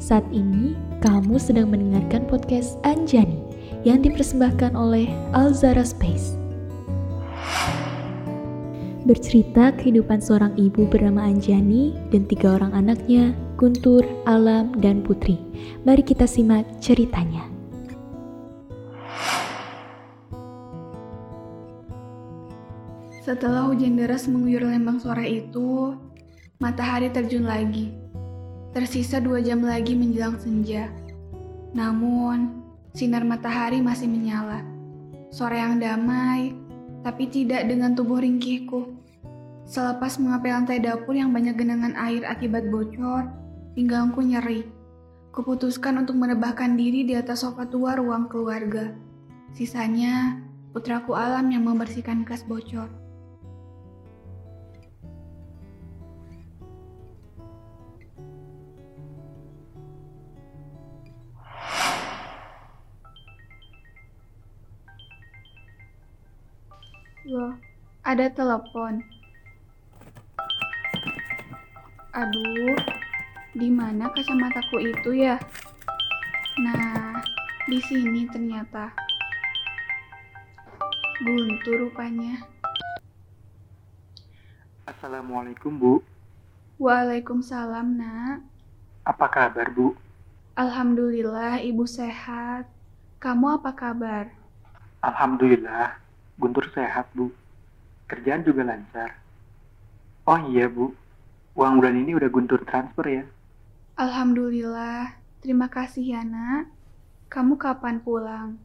Saat ini, kamu sedang mendengarkan podcast Anjani yang dipersembahkan oleh Alzara Space. Bercerita kehidupan seorang ibu bernama Anjani dan 3 orang anaknya, Guntur, Alam, dan Putri. Mari kita simak ceritanya. Setelah hujan deras mengguyur Lembang sore itu, matahari terjun lagi. Tersisa 2 jam lagi menjelang senja. Namun, sinar matahari masih menyala. Sore yang damai, tapi tidak dengan tubuh ringkihku. Selepas mengapel lantai dapur yang banyak genangan air akibat bocor, pinggangku nyeri. Kuputuskan untuk merebahkan diri di atas sofa tua ruang keluarga. Sisanya, putraku Alam yang membersihkan kas bocor. Loh, ada telepon. Aduh, di mana kacamataku itu ya? Nah, di sini ternyata. Guntur rupanya. Assalamualaikum, Bu. Waalaikumsalam, Nak. Apa kabar, Bu? Alhamdulillah, Ibu sehat. Kamu apa kabar? Alhamdulillah, Guntur sehat, Bu. Kerjaan juga lancar. Oh iya, Bu. Uang bulan ini udah Guntur transfer ya? Alhamdulillah. Terima kasih ya, Nak. Kamu kapan pulang?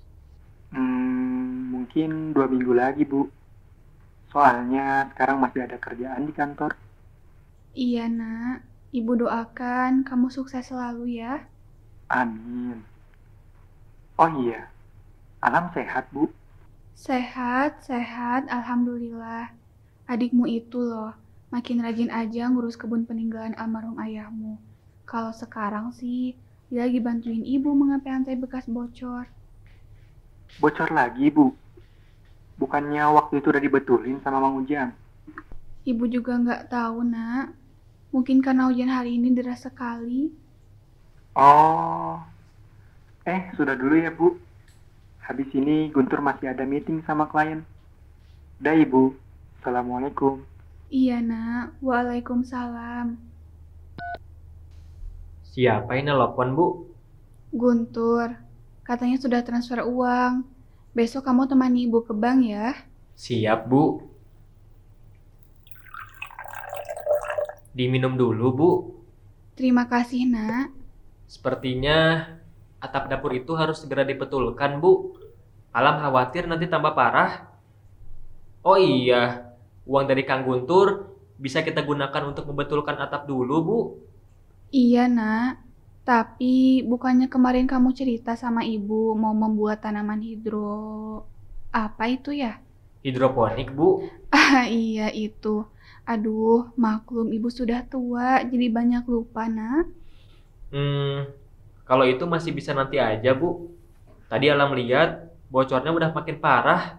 Mungkin 2 minggu lagi, Bu. Soalnya sekarang masih ada kerjaan di kantor. Iya, Nak. Ibu doakan kamu sukses selalu ya. Amin. Oh iya, Alam sehat, Bu. Sehat, alhamdulillah. Adikmu itu loh, makin rajin aja ngurus kebun peninggalan almarhum ayahmu. Kalau sekarang sih, dia lagi bantuin ibu mengapel lantai bekas bocor. Bocor lagi, Bu. Bukannya waktu itu udah dibetulin sama Mang Ujang? Ibu juga nggak tahu, Nak. Mungkin karena hujan hari ini deras sekali. Oh, sudah dulu ya, Bu. Habis ini Guntur masih ada meeting sama klien. Dah, Ibu. Assalamualaikum. Iya, Nak. Waalaikumsalam. Siapa yang nelpon, Bu? Guntur, katanya sudah transfer uang. Besok kamu temani ibu ke bank ya. Siap, Bu. Diminum dulu, Bu. Terima kasih, Nak. Sepertinya atap dapur itu harus segera dibetulkan, Bu. Alam khawatir nanti tambah parah. Oh iya, uang dari Kang Guntur bisa kita gunakan untuk membetulkan atap dulu, Bu. Iya, Nak. Tapi bukannya kemarin kamu cerita sama ibu mau membuat tanaman hidro... Apa itu ya? Hidroponik, Bu. Ah, iya itu. Aduh, maklum ibu sudah tua, jadi banyak lupa, Nak. Kalau itu masih bisa nanti aja, Bu. Tadi Alam lihat bocornya udah makin parah.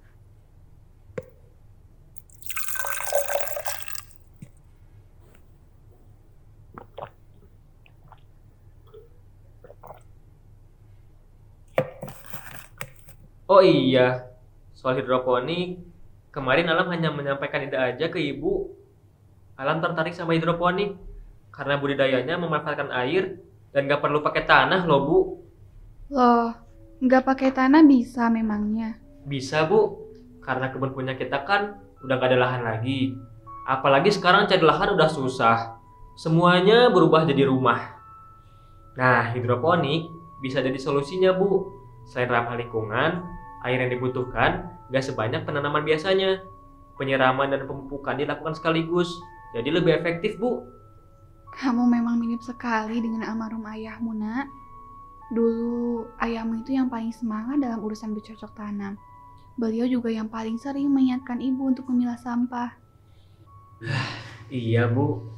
Oh iya, soal hidroponik, kemarin Alam hanya menyampaikan ide aja ke Ibu. Alam tertarik sama hidroponik karena budidayanya memanfaatkan air dan gak perlu pakai tanah loh, Bu. Loh, nggak pakai tanah bisa memangnya? Bisa, Bu, karena kebun punya kita kan udah gak ada lahan lagi. Apalagi sekarang cari lahan udah susah. Semuanya berubah jadi rumah. Nah, hidroponik bisa jadi solusinya, Bu. Selain ramah lingkungan, air yang dibutuhkan gak sebanyak penanaman biasanya. Penyiraman dan pemupukan dilakukan sekaligus, jadi lebih efektif, Bu. Kamu memang mirip sekali dengan almarhum ayahmu, Nak. Dulu, ayahmu itu yang paling semangat dalam urusan bercocok tanam. Beliau juga yang paling sering mengingatkan ibu untuk memilah sampah. Iya, Bu.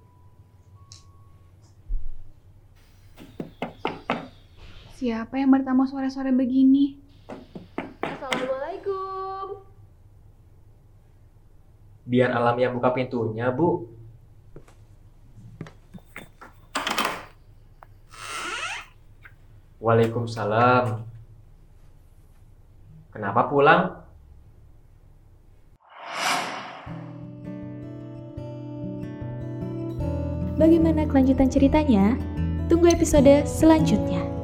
Siapa yang bertamu sore-sore begini? Assalamualaikum. Biar Alam yang buka pintunya, Bu. Waalaikumsalam. Kenapa pulang? Bagaimana kelanjutan ceritanya? Tunggu episode selanjutnya.